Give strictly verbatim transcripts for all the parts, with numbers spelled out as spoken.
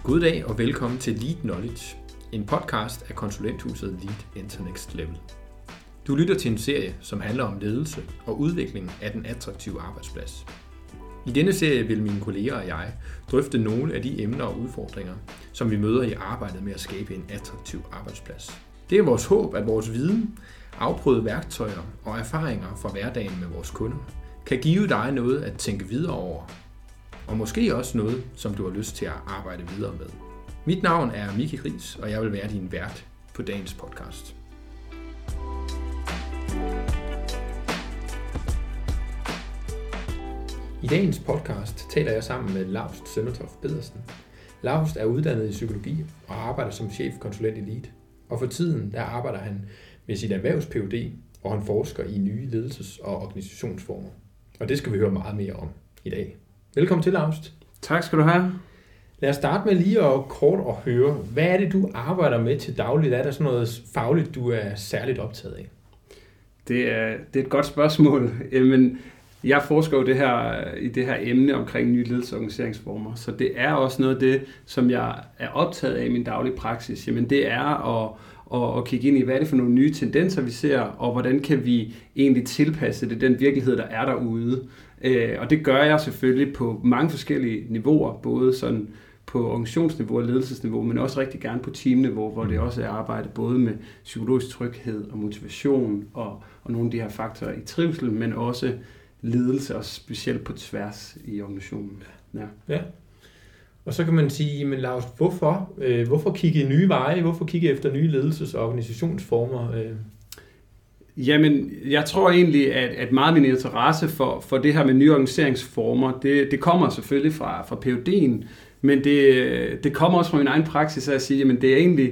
God dag og velkommen til Lead Knowledge, en podcast af konsulenthuset Lead Internext Level. Du lytter til en serie, som handler om ledelse og udvikling af den attraktive arbejdsplads. I denne serie vil mine kolleger og jeg drøfte nogle af de emner og udfordringer, som vi møder i arbejdet med at skabe en attraktiv arbejdsplads. Det er vores håb, at vores viden, afprøvede værktøjer og erfaringer fra hverdagen med vores kunder kan give dig noget at tænke videre over, og måske også noget, som du har lyst til at arbejde videre med. Mit navn er Miki Gris, og jeg vil være din vært på dagens podcast. I dagens podcast taler jeg sammen med Laust Søndertoft Pedersen. Laust er uddannet i psykologi og arbejder som chefkonsulent i Lead. Og for tiden der arbejder han med sit erhvervs-P H D, og han forsker i nye ledelses- og organisationsformer. Og det skal vi høre meget mere om i dag. Velkommen til, Laust. Tak skal du have. Lad os starte med lige at kort at høre, hvad er det, du arbejder med til dagligt? Er der sådan noget fagligt, du er særligt optaget af? Det er, det er et godt spørgsmål. Jamen, jeg forsker jo det her, i det her emne omkring nye ledelse- og organiseringsformer, så det er også noget af det, som jeg er optaget af i min daglige praksis. Jamen, det er at, at, at kigge ind i, hvad er det for nogle nye tendenser, vi ser, og hvordan kan vi egentlig tilpasse det den virkelighed, der er derude. Og det gør jeg selvfølgelig på mange forskellige niveauer, både sådan på organisationsniveau og ledelsesniveau, men også rigtig gerne på teamniveau, hvor det også er arbejde både med psykologisk tryghed og motivation og, og nogle af de her faktorer i trivsel, men også ledelse, og specielt på tværs i organisationen. Ja. Ja. Og så kan man sige, men Lars, hvorfor, øh, hvorfor kigge i nye veje? Hvorfor kigge efter nye ledelses- og organisationsformer? Øh? Jamen, jeg tror egentlig, at, at meget min interesse for, for det her med nye organiseringsformer, det, det kommer selvfølgelig fra, fra P H D'en, men det, det kommer også fra min egen praksis, at sige, at det er egentlig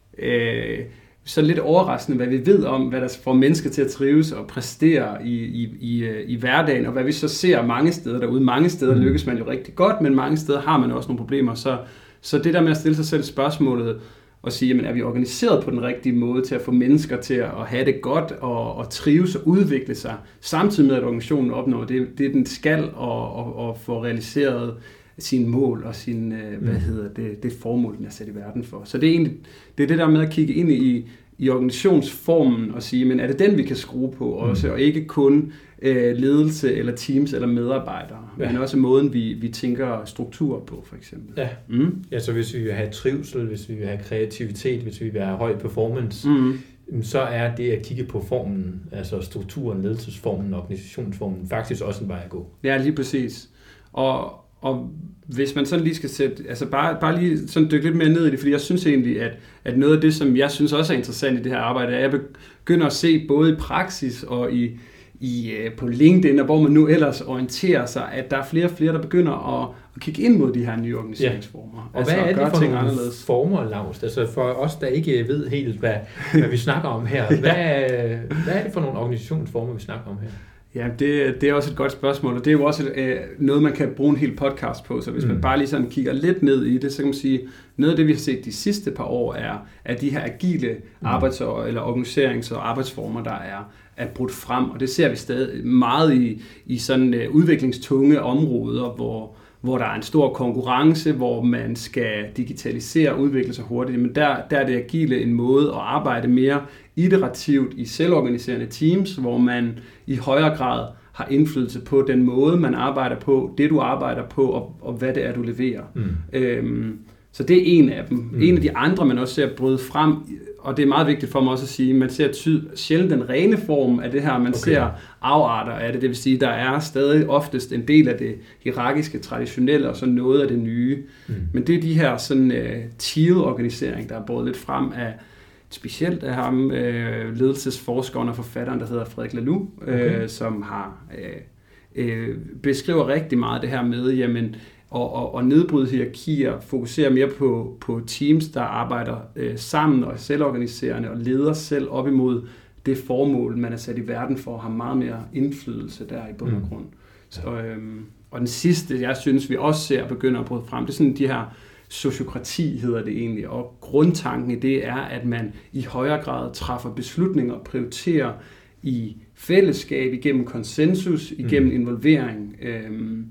øh, så lidt overraskende, hvad vi ved om, hvad der får mennesker til at trives og præstere i, i, i, i hverdagen, og hvad vi så ser mange steder derude. Mange steder lykkes man jo rigtig godt, men mange steder har man også nogle problemer. Så, så det der med at stille sig selv spørgsmålet, og sige, jamen, er vi organiseret på den rigtige måde til at få mennesker til at have det godt og, og trives og udvikle sig, samtidig med at organisationen opnår det, det den skal, og, og, og få realiseret sine mål og sin, mm. hvad hedder det, det formål, den er sat i verden for. Så det er egentlig det, er det der med at kigge ind i, i organisationsformen og sige, men er det den, vi kan skrue på også, mm. og ikke kun øh, ledelse eller teams eller medarbejdere, ja. Men også måden, vi, vi tænker struktur på, for eksempel. Ja. Mm. ja, så hvis vi vil have trivsel, hvis vi vil have kreativitet, hvis vi vil have høj performance, mm. så er det at kigge på formen, altså strukturen, ledelsesformen, organisationsformen, faktisk også en vej at gå. Ja, lige præcis. Og Og hvis man sådan lige skal sætte, altså bare, bare lige sådan dykke lidt mere ned i det, fordi jeg synes egentlig, at, at noget af det, som jeg synes også er interessant i det her arbejde, er, at jeg begynder at se både i praksis og i, i, på LinkedIn, og hvor man nu ellers orienterer sig, at der er flere og flere, der begynder at, at kigge ind mod de her nye organiseringsformer. Ja. Og altså, hvad er det for nogle anderledes former, Laust? Altså for os, der ikke ved helt, hvad, hvad vi snakker om her, ja. hvad, hvad er det for nogle organisationsformer, vi snakker om her? Ja, det, det er også et godt spørgsmål, og det er jo også et, noget, man kan bruge en hel podcast på, så hvis mm. man bare lige sådan kigger lidt ned i det, så kan man sige, noget af det, vi har set de sidste par år, er, at de her agile mm. arbejds- eller organiserings- og arbejdsformer, der er, er brudt frem, og det ser vi stadig meget i, i sådan uh, udviklingstunge områder, hvor hvor der er en stor konkurrence, hvor man skal digitalisere og udvikle sig hurtigt, men der, der er det agile en måde at arbejde mere iterativt i selvorganiserende teams, hvor man i højere grad har indflydelse på den måde, man arbejder på, det du arbejder på, og, og hvad det er, du leverer. Mm. Øhm, så det er en af dem. Mm. En af de andre, man også ser bryde frem, og det er meget vigtigt for mig også at sige, man ser ty- sjældent den rene form af det her, man okay. ser afarter af det, det vil sige, der er stadig oftest en del af det hierarkiske, traditionelle, og så noget af det nye. Mm. Men det er de her sådan uh, teal-organisering, der er båret lidt frem af, specielt af ham, uh, ledelsesforskeren og forfatteren, der hedder Frederic Laloux, okay. uh, som har uh, uh, beskriver rigtig meget det her med, jamen, Og, og, og nedbryde hierarkier, fokuserer mere på, på teams, der arbejder øh, sammen og er selvorganiserende og leder selv op imod det formål, man er sat i verden for at have meget mere indflydelse der i bund og grund. Mm. Så, øhm, og den sidste, jeg synes, vi også ser begynder at bryde frem, det er sådan de her sociokrati, hedder det egentlig, og grundtanken i det er, at man i højere grad træffer beslutninger og prioriterer i fællesskab, igennem konsensus, igennem mm. involvering. Øhm,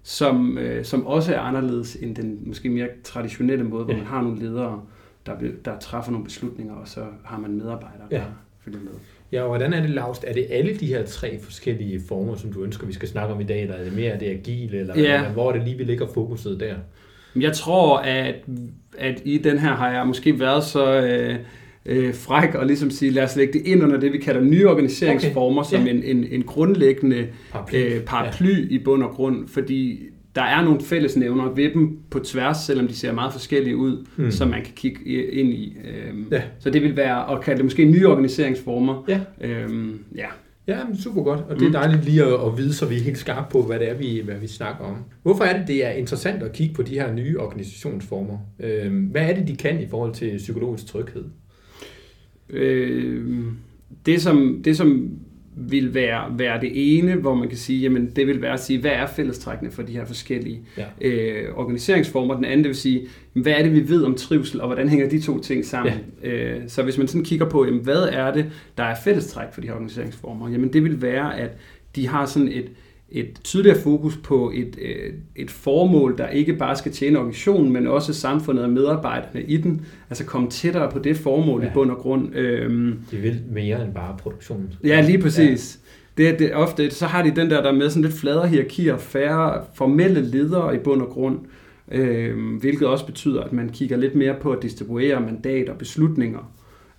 som, øh, som også er anderledes end den måske mere traditionelle måde, hvor ja. man har nogle ledere, der, der træffer nogle beslutninger, og så har man medarbejdere, der ja. følger med. Ja, og hvordan er det, Laust? Er det alle de her tre forskellige former, som du ønsker, vi skal snakke om i dag, eller er det mere er det agile, eller, ja. eller hvor er det lige, vi ligger fokuset der? Jeg tror, at, at i den her har jeg måske været så øh, øh, fræk og ligesom sige, lad os lægge det ind under det, vi kalder nye organiseringsformer, okay. som ja. en, en, en grundlæggende paraply, øh, paraply ja. i bund og grund, fordi der er nogle fællesnævner ved dem på tværs, selvom de ser meget forskellige ud, mm. som man kan kigge ind i. Øhm, ja. Så det vil være at kalde det måske nye organiseringsformer. Ja. Øhm, ja. Ja, super godt. Og det er dejligt lige at, at vide, så vi er helt skarpe på, hvad det er, vi, hvad vi snakker om. Hvorfor er det, det er interessant at kigge på de her nye organisationsformer? Øhm, hvad er det, de kan i forhold til psykologisk tryghed? Øh, det, som, det, som vil være, være det ene, hvor man kan sige, jamen det vil være at sige, hvad er fællestrækkene for de her forskellige ja. øh, organiseringsformer. Den anden, det vil sige, hvad er det, vi ved om trivsel, og hvordan hænger de to ting sammen. Ja. Øh, så hvis man sådan kigger på, jamen, hvad er det, der er fællestræk for de her organiseringsformer, jamen det vil være, at de har sådan et, et tydeligere fokus på et, et formål, der ikke bare skal tjene organisationen, men også samfundet og medarbejderne i den. Altså komme tættere på det formål ja. i bund og grund. Øhm, de vil mere end bare produktion. Ja, lige præcis. Ja. Det, det, ofte så har de den der, der med sådan lidt fladere hierarkier, færre formelle ledere i bund og grund, øhm, hvilket også betyder, at man kigger lidt mere på at distribuere mandater og beslutninger.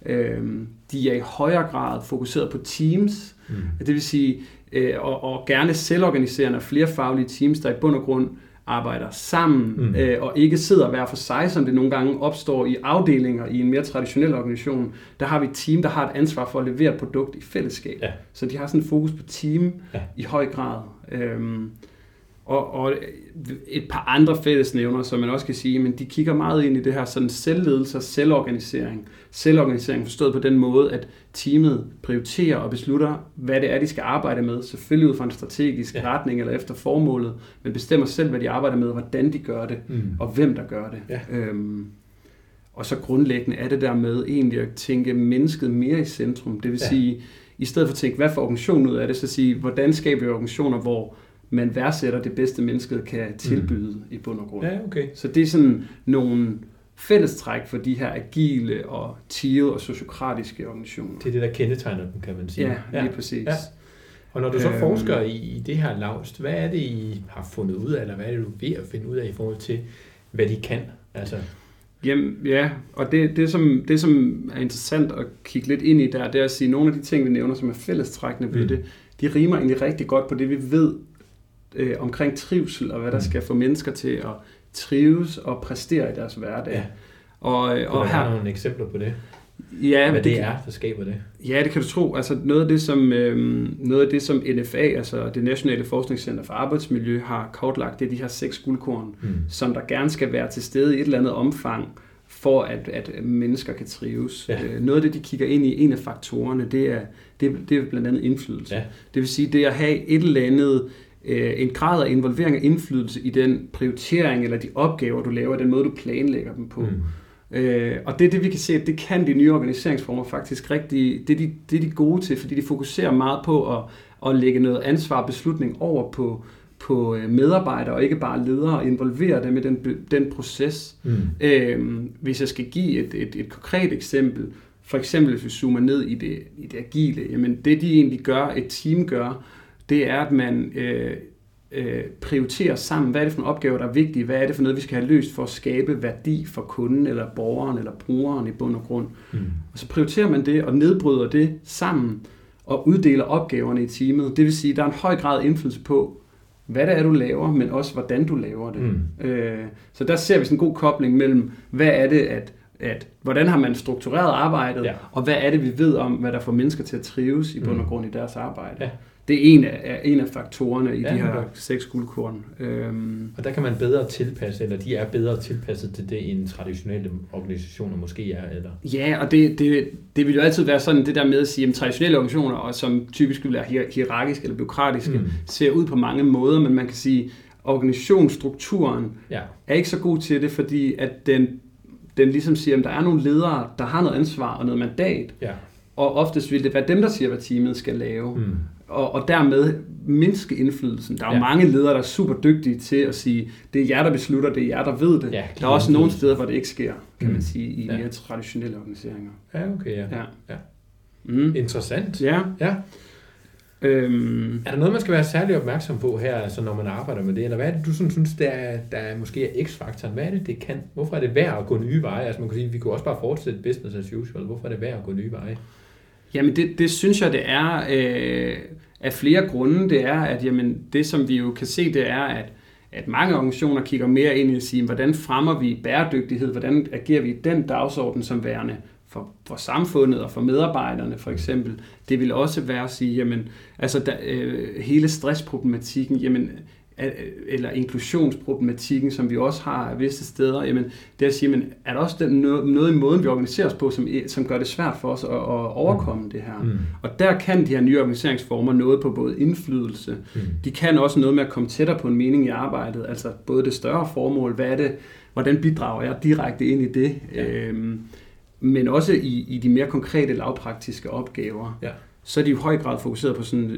Øhm, de er i højere grad fokuseret på teams, mm. det vil sige, øh, og, og gerne selvorganiserende flere faglige teams, der i bund og grund arbejder sammen, mm. øh, og ikke sidder hver for sig, som det nogle gange opstår i afdelinger i en mere traditionel organisation. Der har vi et team, der har et ansvar for at levere et produkt i fællesskab. Ja. Så de har sådan en fokus på team ja. i høj grad. Øhm, og, og et par andre fællesnævner, som man også kan sige, men de kigger meget ind i det her sådan selvledelse og selvorganisering. Selvorganisering forstået på den måde, at teamet prioriterer og beslutter, hvad det er, de skal arbejde med. Selvfølgelig ud fra en strategisk ja. retning eller efter formålet, men bestemmer selv, hvad de arbejder med, hvordan de gør det, mm. og hvem der gør det. Ja. Øhm, og så grundlæggende er det der med egentlig at tænke mennesket mere i centrum. Det vil ja. sige, i stedet for at tænke, hvad for organisationen ud af det, så sige, hvordan skaber vi organisationer, hvor man værdsætter det bedste, mennesket kan tilbyde mm. i bund og grund. Ja, okay. Så det er sådan nogle fællestræk for de her agile og teal og sociokratiske organisationer. Det er det, der kendetegner dem, kan man sige. Ja, lige ja. præcis. Ja. Og når du så øhm, forsker i, i det her, Laust, hvad er det, I har fundet ud af, eller hvad er det, du er ved at finde ud af i forhold til, hvad de kan? Altså... Jamen, ja, og det, det, som, det, som er interessant at kigge lidt ind i der, det er at sige, at nogle af de ting, vi nævner, som er fællestrækkende ved mm. det, de rimer egentlig rigtig godt på det, vi ved øh, omkring trivsel, og hvad der skal få mennesker til at trives og præstere i deres hverdag. Ja. Og, og her er nogle eksempler på det. Ja, hvad det, det er, der skaber det. Ja, det kan du tro. Altså noget af det, som øh, noget af det, som N F A, altså det Nationale Forskningscenter for Arbejdsmiljø, har kortlagt, det er de her seks guldkorn, mm. som der gerne skal være til stede i et eller andet omfang, for at, at mennesker kan trives. Ja. Øh, noget af det, de kigger ind i, en af faktorerne, det er, det, det er blandt andet indflydelse. Ja. Det vil sige, det er at have et eller andet en grad af involvering og indflydelse i den prioritering eller de opgaver, du laver, den måde, du planlægger dem på. Mm. Øh, og det er det, vi kan se, at det kan de nye organiseringsformer faktisk rigtig, det er de, det er de gode til, fordi de fokuserer meget på at, at lægge noget ansvar og beslutning over på, på medarbejdere, og ikke bare ledere, og involvere dem i den, den proces. Mm. Øh, hvis jeg skal give et, et, et konkret eksempel, for eksempel hvis vi zoomer ned i det, i det agile, jamen det de egentlig gør, et team gør, det er, at man øh, øh, prioriterer sammen, hvad er det for nogle opgaver, der er vigtige, hvad er det for noget, vi skal have løst for at skabe værdi for kunden, eller borgeren, eller brugeren i bund og grund. Mm. Og så prioriterer man det, og nedbryder det sammen, og uddeler opgaverne i teamet. Det vil sige, at der er en høj grad indflydelse på, hvad det er, du laver, men også, hvordan du laver det. Mm. Øh, så der ser vi sådan en god kobling mellem, hvad er det, at at hvordan har man struktureret arbejdet, ja. og hvad er det, vi ved om, hvad der får mennesker til at trives i bund og grund i deres arbejde. Ja. Det er en af, en af faktorerne i ja, de her seks guldkorn. Øhm. Og der kan man bedre tilpasse, eller de er bedre tilpasset til det, end traditionelle organisationer måske er, eller? Ja, og det, det, det vil jo altid være sådan, det der med at sige, at traditionelle organisationer, og som typisk vil være hierarkiske eller bureaukratiske, mm. ser ud på mange måder, men man kan sige, at organisationsstrukturen ja. er ikke så god til det, fordi at den den ligesom siger, at der er nogle ledere, der har noget ansvar og noget mandat, ja. og oftest vil det være dem, der siger, hvad teamet skal lave. og, og dermed mindske indflydelsen. Der er jo ja. mange ledere, der er super dygtige til at sige, det er jer, der beslutter, det er jer, der ved det. Ja, der er også nogle steder, hvor det ikke sker, kan mm. man sige, i ja. mere traditionelle organiseringer. Ja, okay, ja. ja. ja. Mm. Interessant. Ja. ja. Øhm. Er der noget, man skal være særlig opmærksom på her, altså når man arbejder med det? Eller hvad er det, du sådan, synes, der er, der er måske er x-faktoren? Hvad er det, det kan? Hvorfor er det værd at gå nye veje? Altså man kan sige, vi kunne også bare fortsætte business as usual. Hvorfor er det værd at gå nye veje? Jamen det, det synes jeg, det er øh, af flere grunde. Det er, at jamen, det som vi jo kan se, det er, at, at mange organisationer kigger mere ind i at sige, hvordan fremmer vi bæredygtighed? Hvordan agerer vi i den dagsorden som værende for, for samfundet og for medarbejderne for eksempel? Det vil også være at sige, jamen, altså der, øh, hele stressproblematikken, jamen, eller inklusionsproblematikken, som vi også har visse steder, jamen, det er at sige, men er der også den, noget i måden, vi organiserer os på, som, som gør det svært for os at, at overkomme mm. det her? Mm. Og der kan de her nye organiseringsformer noget på både indflydelse, mm. de kan også noget med at komme tættere på en mening i arbejdet, altså både det større formål, hvad er det, hvordan bidrager jeg direkte ind i det, ja. øhm, men også i, i de mere konkrete lavpraktiske opgaver, ja. Så er de i høj grad fokuseret på sådan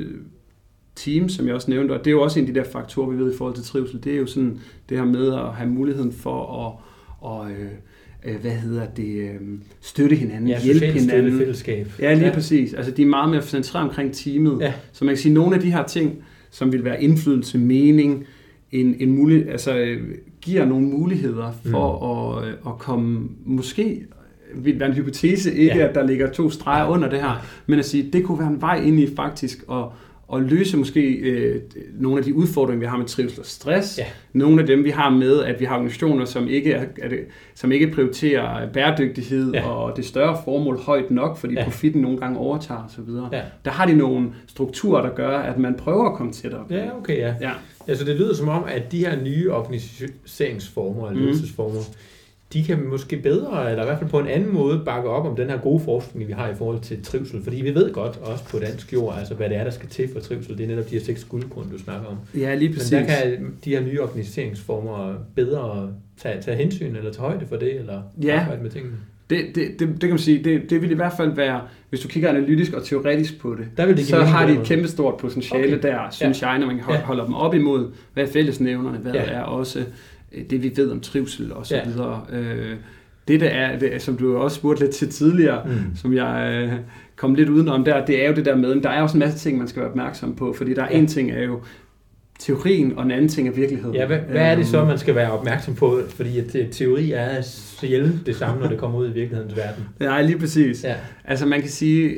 team, som jeg også nævnte, og det er jo også en af de der faktorer, vi ved i forhold til trivsel, det er jo sådan det her med at have muligheden for at, og, øh, hvad hedder det, øh, støtte hinanden, ja, hjælpe hinanden. Støtte fællesskab. Ja, lige ja. præcis. Altså de er meget mere centreret omkring teamet. Ja. Så man kan sige, nogle af de her ting, som vil være indflydelse, mening, en, en mulig, altså giver nogle muligheder for mm. at, at komme, måske vil være en hypotese, ikke ja. at der ligger to streger ja. under det her, men at sige, det kunne være en vej ind i faktisk at og løse måske øh, nogle af de udfordringer, vi har med trivsel og stress. Ja. Nogle af dem, vi har med, at vi har organisationer, som ikke, er, er det, som ikke prioriterer bæredygtighed ja. og det større formål højt nok, fordi ja. profitten nogle gange overtager osv. Ja. Der har de nogle strukturer, der gør, at man prøver at komme tættere på. Ja, okay, ja. ja. Altså det lyder som om, at de her nye organiseringsformer og ledelsesformer, mm. de kan måske bedre, eller i hvert fald på en anden måde, bakke op om den her gode forskning, vi har i forhold til trivsel. Fordi vi ved godt, også på dansk jord, altså hvad det er, der skal til for trivsel. Det er netop de her seks guldkorn, du snakker om. Ja, lige præcis. Men der kan de her nye organiseringsformer bedre tage, tage hensyn, eller tage højde for det, eller ja. arbejde med tingene. Det, det, det, det kan man sige, det, det vil i hvert fald være, hvis du kigger analytisk og teoretisk på det, der vil det så har de et kæmpestort potentiale okay. der, synes ja. jeg, når man holder ja. dem op imod, hvad er fællesnævnerne, hvad ja. er også det, vi ved om trivsel og så ja. videre. Det, der er, det, som du også spurgte lidt til tidligere, mm. som jeg øh, kom lidt udenom der, det er jo det der med, der er også en masse ting, man skal være opmærksom på, fordi der er ja. en ting er jo teorien, og en anden ting er virkeligheden. Ja, hvad, hvad er det så, man skal være opmærksom på? Fordi at teori er sjældent det samme, når det kommer ud i virkelighedens verden. Ja, lige præcis. Ja. Altså man kan sige,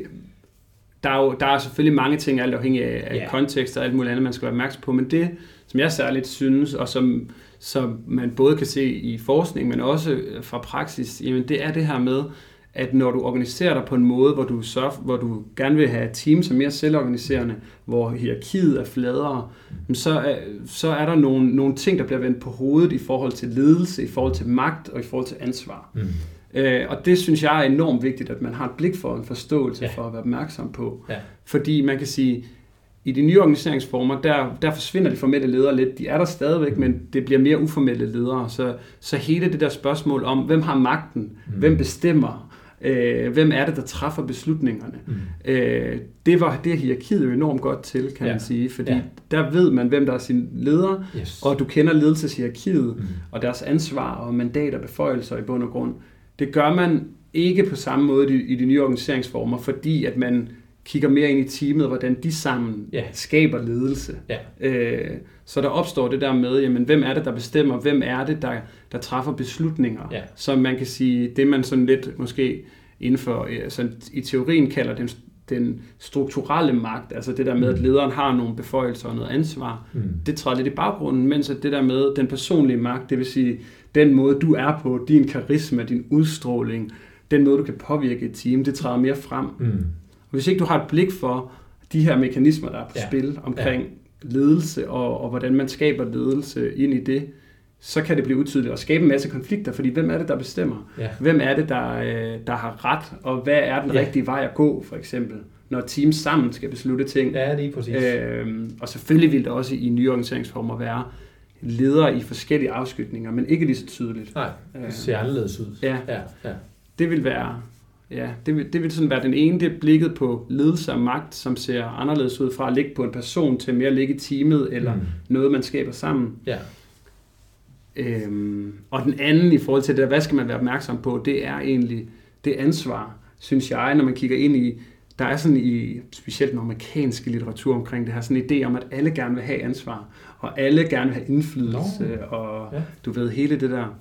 der er jo der er selvfølgelig mange ting, alt afhængig af, af ja. kontekst og alt muligt andet, man skal være opmærksom på, men det, som jeg særligt synes, og som, som man både kan se i forskning, men også fra praksis, jamen det er det her med, at når du organiserer dig på en måde, hvor du, sørger, hvor du gerne vil have team som mere selvorganiserende, hvor hierarkiet er fladere, så er, så er der nogle, nogle ting, der bliver vendt på hovedet i forhold til ledelse, i forhold til magt og i forhold til ansvar. Mm. Øh, og det synes jeg er enormt vigtigt, at man har et blik for, en forståelse ja. for at være opmærksom på. Ja. Fordi man kan sige, i de nye organiseringsformer, der, der forsvinder de formelle ledere lidt. De er der stadigvæk, men det bliver mere uformelle ledere. Så, så hele det der spørgsmål om, hvem har magten, mm. hvem bestemmer, øh, hvem er det, der træffer beslutningerne, mm. øh, det var det hierarkiet jo enormt godt til, kan ja. man sige. Fordi ja. der ved man, hvem der er sin leder, yes. og du kender ledelseshierarkiet, mm. og deres ansvar og mandat og beføjelser i bund og grund. Det gør man ikke på samme måde i, i de nye organiseringsformer, fordi at man kigger mere ind i teamet, hvordan de sammen yeah. skaber ledelse. Yeah. Øh, så der opstår det der med, jamen, hvem er det, der bestemmer, hvem er det, der, der træffer beslutninger, yeah. som man kan sige, det man sådan lidt måske inden for, altså, i teorien kalder den, den strukturelle magt, altså det der med, mm. at lederen har nogle beføjelser og noget ansvar, mm. det træder lidt i baggrunden, mens at det der med den personlige magt, det vil sige, den måde du er på, din karisma, din udstråling, den måde du kan påvirke et team, det træder mere frem. Mm. Hvis ikke du har et blik for de her mekanismer, der er på ja. spil omkring ja. ledelse, og, og hvordan man skaber ledelse ind i det, så kan det blive utydeligt og skabe en masse konflikter, fordi hvem er det, der bestemmer? Ja. Hvem er det, der, der har ret, og hvad er den ja. rigtige vej at gå, for eksempel, når teams sammen skal beslutte ting? Ja, lige præcis. Øhm, og selvfølgelig vil det også i nye organiseringsformer være ledere i forskellige afskygninger, men ikke lige så tydeligt. Nej, det ser anderledes ud. Ja. Ja. Ja. Det vil være Ja, det vil, det vil sådan være den ene, det er blikket på ledelse og magt, som ser anderledes ud fra at ligge på en person til mere at ligge i teamet, eller mm. noget, man skaber sammen. Ja. Øhm, og den anden i forhold til det, hvad skal man være opmærksom på, det er egentlig det ansvar, synes jeg, når man kigger ind i, der er sådan i, specielt den amerikanske litteratur omkring det her, sådan en idé om, at alle gerne vil have ansvar, og alle gerne vil have indflydelse, no. og ja. du ved, hele det der.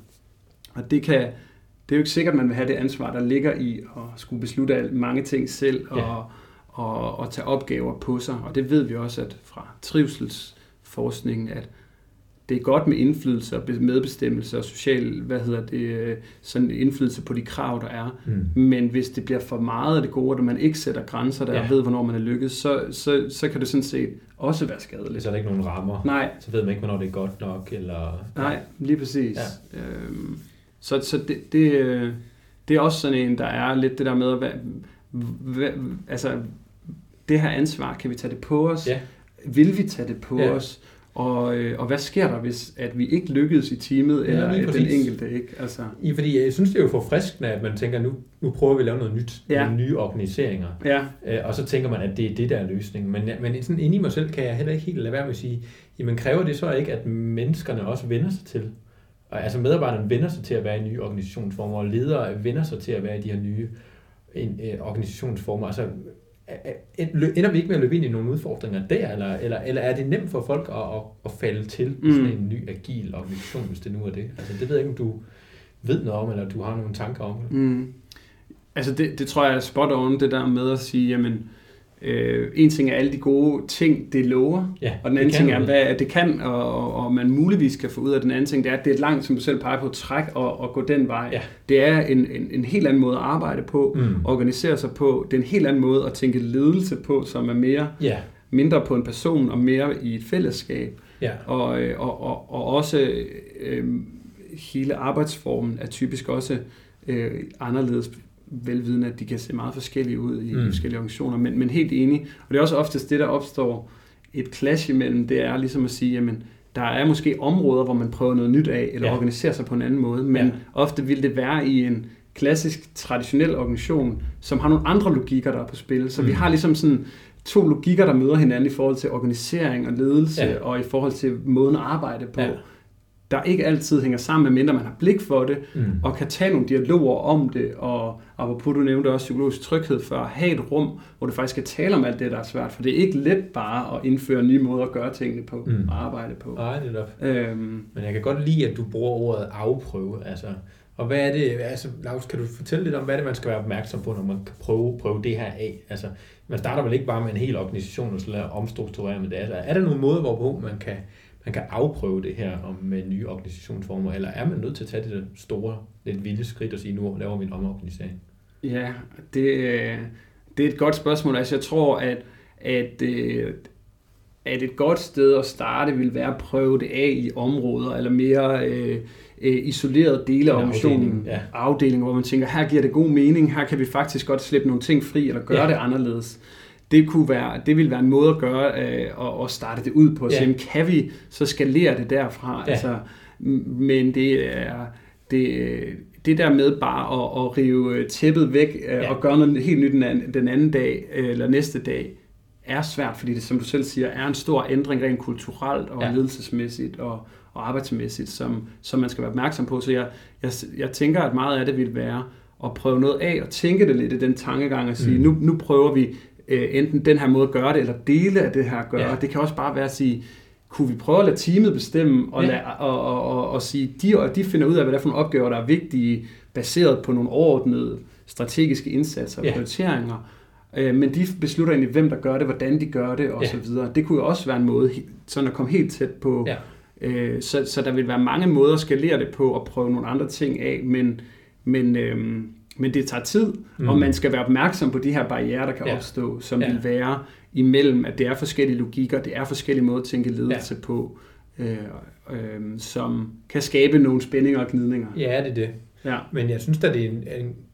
Og det kan, det er jo ikke sikkert, at man vil have det ansvar, der ligger i at skulle beslutte mange ting selv, og, ja. og, og tage opgaver på sig. Og det ved vi også, at fra trivselsforskningen, at det er godt med indflydelse og medbestemmelse og social, hvad hedder det, sådan indflydelse på de krav, der er. Mm. Men hvis det bliver for meget af det gode, og man ikke sætter grænser der, ja. og ved, hvornår man er lykkedes, så, så, så kan det sådan set også være skadeligt. Så er der ikke nogen rammer. Nej. Så ved man ikke, hvornår det er godt nok. Eller... Nej, lige præcis. Ja. Øhm, så så det, det, det er også sådan en, der er lidt det der med, hvad, hvad, altså det her ansvar, kan vi tage det på os? Ja. Vil vi tage det på ja. os? Og, og hvad sker der, hvis at vi ikke lykkedes i teamet, ja, eller den enkelte ikke? Altså. I, fordi jeg synes, det er jo forfriskende, at man tænker, nu, nu prøver vi at lave noget nyt, ja. nogle nye organiseringer. Ja. Øh, og så tænker man, at det er det, der er løsningen. Men, men sådan inde i mig selv kan jeg heller ikke helt lade være med at sige, jamen kræver det så ikke, at menneskerne også vender sig til? Og, altså medarbejderne vender sig til at være i nye organisationsformer, og ledere vender sig til at være i de her nye en, øh, organisationsformer. Altså, ender vi ikke med at løbe ind i nogle udfordringer der, eller, eller, eller er det nemt for folk at, at, at falde til mm. sådan en ny, agil organisation, hvis det nu er det? Altså, det ved jeg ikke, om du ved noget om, eller du har nogle tanker om det. Mm. Altså, det, det tror jeg er spot on, det der med at sige, jamen, øh, en ting er alle de gode ting, det lover, ja, og den anden ting er, hvad det kan, og, og man muligvis kan få ud af den anden ting, det er, at det er et langt, som du selv peger på, træk og, og gå den vej. Ja. Det er en, en, en helt anden måde at arbejde på, mm. organisere sig på, det er en helt anden måde at tænke ledelse på, som er mere, ja. mindre på en person, og mere i et fællesskab. Ja. Og, og, og, og også øh, hele arbejdsformen er typisk også øh, anderledes, velvidende, at de kan se meget forskellige ud i mm. forskellige organisationer, men, men helt enig. Og det er også oftest det, der opstår et clash imellem, det er ligesom at sige, jamen, der er måske områder, hvor man prøver noget nyt af, eller ja. organiserer sig på en anden måde, men ja. ofte vil det være i en klassisk, traditionel organisation, som har nogle andre logikker, der er på spil. Så mm. vi har ligesom sådan to logikker, der møder hinanden i forhold til organisering og ledelse, ja. og i forhold til måden at arbejde på. Ja. Der ikke altid hænger sammen, medmindre man har blik for det, mm. og kan tage nogle dialoger om det, og apropos, du nævnte også psykologisk tryghed for at have et rum, hvor du faktisk kan tale om alt det, der er svært, for det er ikke let bare at indføre nye måder at gøre tingene på, mm. og arbejde på. Nej, det er det. Øhm, Men jeg kan godt lide, at du bruger ordet afprøve, altså, og hvad er det, altså, Laus, kan du fortælle lidt om, hvad det man skal være opmærksom på, når man kan prøve, prøve det her af? Altså, man starter vel ikke bare med en hel organisation, og så lader omstrukturere med det. Altså, er der nogle måder, hvorpå man kan man kan afprøve det her om med nye organisationsformer, eller er man nødt til at tage det store, lidt vilde skridt og sige, nu laver vi en omorganisering? Ja, det, det er et godt spørgsmål. Altså jeg tror, at, at, at et godt sted at starte vil være at prøve det af i områder, eller mere øh, isolerede dele af organisationen, afdeling, ja. afdeling, hvor man tænker, her giver det god mening, her kan vi faktisk godt slippe nogle ting fri, eller gøre ja. det anderledes. Det kunne være, det ville være en måde at gøre, øh, og, og starte det ud på, at ja. sige, kan vi så skalere det derfra? Ja. Altså, men det er det, det der med bare at, at rive tæppet væk øh, ja. og gøre noget helt nyt den anden, den anden dag, eller næste dag, er svært, fordi det, som du selv siger, er en stor ændring rent kulturelt og ja. ledelsesmæssigt og, og arbejdsmæssigt, som, som man skal være opmærksom på. Så jeg, jeg, jeg tænker, at meget af det vil være at prøve noget af, og tænke det lidt i den tankegang, og sige, mm. nu, nu prøver vi enten den her måde at gøre det, eller dele af det her at gøre. Ja. Det kan også bare være at sige, kunne vi prøve at lade teamet bestemme, og, ja. lade, og, og, og, og sige, de, og de finder ud af, hvad det er for nogle opgaver, der er vigtige, baseret på nogle overordnede strategiske indsatser og ja. prioriteringer. Men de beslutter egentlig, hvem der gør det, hvordan de gør det, og ja. så videre. Det kunne jo også være en måde, sådan at komme helt tæt på. Ja. Så, så der vil være mange måder at skalere det på, og prøve nogle andre ting af, men, men øhm, Men det tager tid, mm. og man skal være opmærksom på de her barrierer, der kan ja. opstå, som ja. vil være imellem, at det er forskellige logikker, det er forskellige måder at tænke ledelse ja. på, øh, øh, som kan skabe nogle spændinger og gnidninger. Ja, det er det. Ja. Men jeg synes, at det er en, en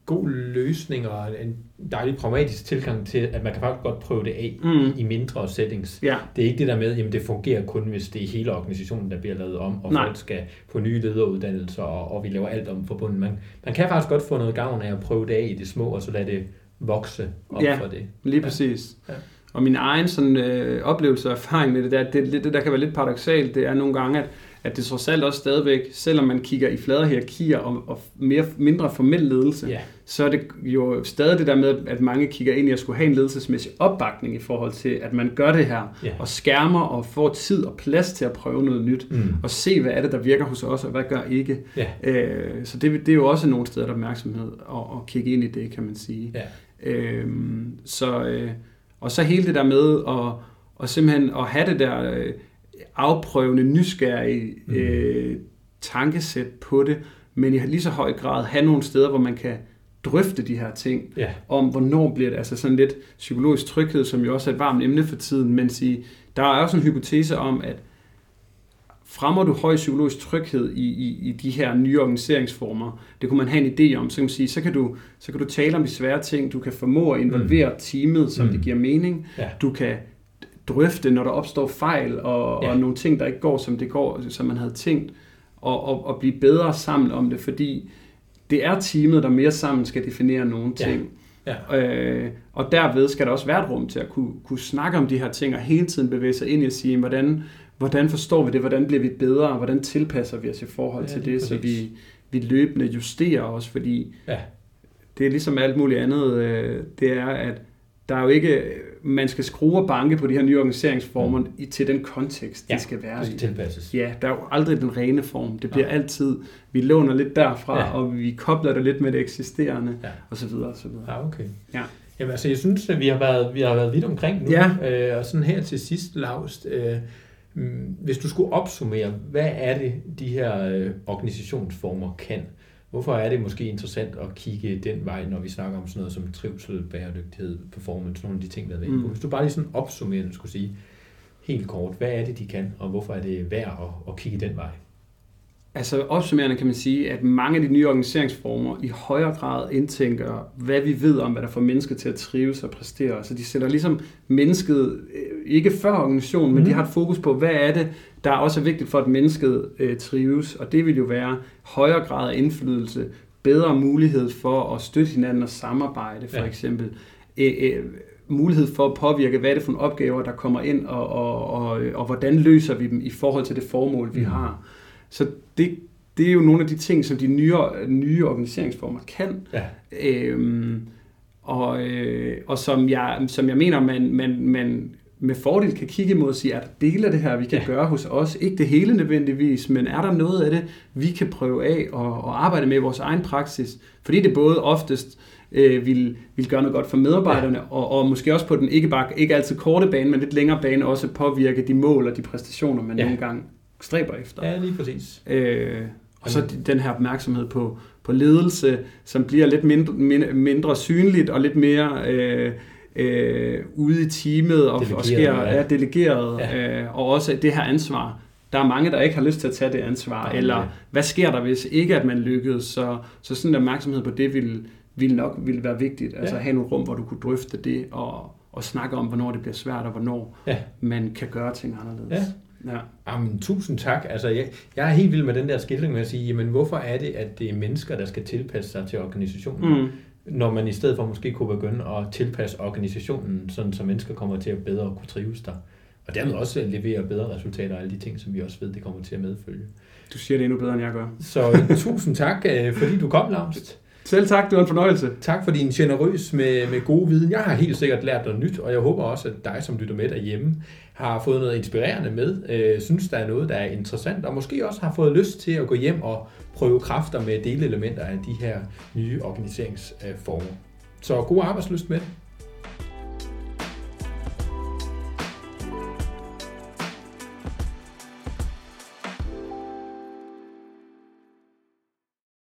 god løsning og en dejlig pragmatisk tilgang til, at man kan faktisk godt prøve det af mm. i mindre settings. Ja. Det er ikke det der med, at det fungerer kun, hvis det er hele organisationen, der bliver lavet om, og Nej. folk skal på nye lederuddannelser, og, og vi laver alt om forbundet. Man, man kan faktisk godt få noget gavn af at prøve det af i det små, og så lade det vokse op ja, for det. Lige præcis. Ja. Og min egen sådan, øh, oplevelse og erfaring med det der, det, det, det der kan være lidt paradoksalt, det er nogle gange, at, at det trods alt også stadigvæk, selvom man kigger i fladere hierarkier og, og mere, mindre formel ledelse, Ja. så er det jo stadig det der med, at mange kigger ind i at skulle have en ledelsesmæssig opbakning i forhold til, at man gør det her, Ja. og skærmer og får tid og plads til at prøve noget nyt, Mm. og se, hvad er det, der virker hos os, og hvad gør ikke. Ja. Øh, så det, det er jo også nogle steder, der er opmærksomhed at, at kigge ind i det, kan man sige. Ja. Øh, så, øh, og så hele det der med at, og simpelthen at have det der øh, afprøvende, nysgerrige øh, tankesæt på det, men i lige så høj grad have nogle steder, hvor man kan drøfte de her ting, Ja. om hvornår bliver det, altså sådan lidt psykologisk tryghed, som jo også er et varmt emne for tiden, men sige, der er også en hypotese om, at fremmer du høj psykologisk tryghed i, i, i de her nye organiseringsformer, det kunne man have en idé om, så kan man sige, så kan du, så kan du tale om de svære ting, du kan formå at involvere mm. teamet, som mm. det giver mening, Ja. du kan drøfte, når der opstår fejl, og, Ja. og nogle ting, der ikke går, som det går, som man havde tænkt, og, og, og blive bedre sammen om det, fordi det er teamet, der mere sammen skal definere nogle ting. Ja. Ja. Øh, og derved skal der også være et rum til at kunne, kunne snakke om de her ting, og hele tiden bevæge sig ind i at sige, hvordan, hvordan forstår vi det, hvordan bliver vi bedre, og hvordan tilpasser vi os i forhold Ja, til lige det, så præcis. vi, vi løbende justerer os, fordi Ja. det er ligesom alt muligt andet, øh, det er, at der er jo ikke, man skal skrue og banke på de her nye organiseringsformer mm. i, til den kontekst, Ja, de skal være det skal i. tilpasses. Ja, der er jo aldrig den rene form. Det bliver Ja. altid, vi låner lidt derfra, Ja. og vi kobler det lidt med det eksisterende, Ja. og så videre, og så videre. Ja, okay. Ja. Jamen altså, jeg synes, at vi har været, vi har været vidt omkring nu, Ja. øh, og sådan her til sidst, Laust, øh, mm, hvis du skulle opsummere, hvad er det, de her øh, organisationsformer kan? Hvorfor er det måske interessant at kigge den vej, når vi snakker om sådan noget som trivsel, bæredygtighed, performance, nogle af de ting, der er ved. Mm. Hvis du bare lige sådan opsummerende skulle sige helt kort, hvad er det, de kan, og hvorfor er det værd at, at kigge den vej? Altså opsummerende kan man sige, at mange af de nye organiseringsformer i højere grad indtænker, hvad vi ved om, hvad der får mennesket til at trives og præstere. Så de sætter ligesom mennesket, ikke før organisationen, men mm. de har et fokus på, hvad er det, der også er vigtigt for, at mennesket øh, trives. Og det vil jo være højere grad af indflydelse, bedre mulighed for at støtte hinanden og samarbejde, for ja. eksempel. Æ, æ, mulighed for at påvirke, hvad er det for nogle opgaver, der kommer ind, og, og, og, og hvordan løser vi dem i forhold til det formål, vi mm. har. Så det, det er jo nogle af de ting, som de nye, nye organiseringsformer kan. Ja. Øhm, og, øh, og som, jeg, som jeg mener, man, man, man med fordel kan kigge mod og sige, er der dele af det her, vi kan ja. gøre hos os? Ikke det hele nødvendigvis, men er der noget af det, vi kan prøve af og, og arbejde med i vores egen praksis? Fordi det både oftest øh, vil, vil gøre noget godt for medarbejderne, ja. og, og måske også på den ikke, bare, ikke altid korte bane, men lidt længere bane også påvirke de mål og de præstationer, man ja. nogle gange stræber efter. Ja, lige præcis. Øh, og så den her opmærksomhed på, på ledelse, som bliver lidt mindre, mindre, mindre synligt og lidt mere øh, øh, ude i teamet og, og sker, ja. er delegeret. Ja. Øh, og også det her ansvar. Der er mange, der ikke har lyst til at tage det ansvar. Ja, eller ja. hvad sker der, hvis ikke at man lykkedes? Så, så sådan en opmærksomhed på det ville, ville nok ville være vigtigt. Altså ja. have nogle rum, hvor du kunne drøfte det og, og snakke om, hvornår det bliver svært og hvornår ja. man kan gøre ting anderledes. Ja. Ja. Jamen, tusind tak. Altså, jeg, jeg er helt vild med den der skildring med at sige, jamen, hvorfor er det, at det er mennesker, der skal tilpasse sig til organisationen, mm. når man i stedet for måske kunne begynde at tilpasse organisationen, sådan så mennesker kommer til at bedre kunne trives der. Og dermed også levere bedre resultater og alle de ting, som vi også ved, det kommer til at medfølge. Du siger det endnu bedre, end jeg gør. Så tusind tak, fordi du kom, Laust. Selv tak, det var en fornøjelse. Tak for din generøs med, med god viden. Jeg har helt sikkert lært noget nyt, og jeg håber også, at dig, som lytter med derhjemme, har fået noget inspirerende med, øh, synes, der er noget, der er interessant, og måske også har fået lyst til at gå hjem og prøve kræfter med delelementer af de her nye organiseringsformer. Så god arbejdslyst med det.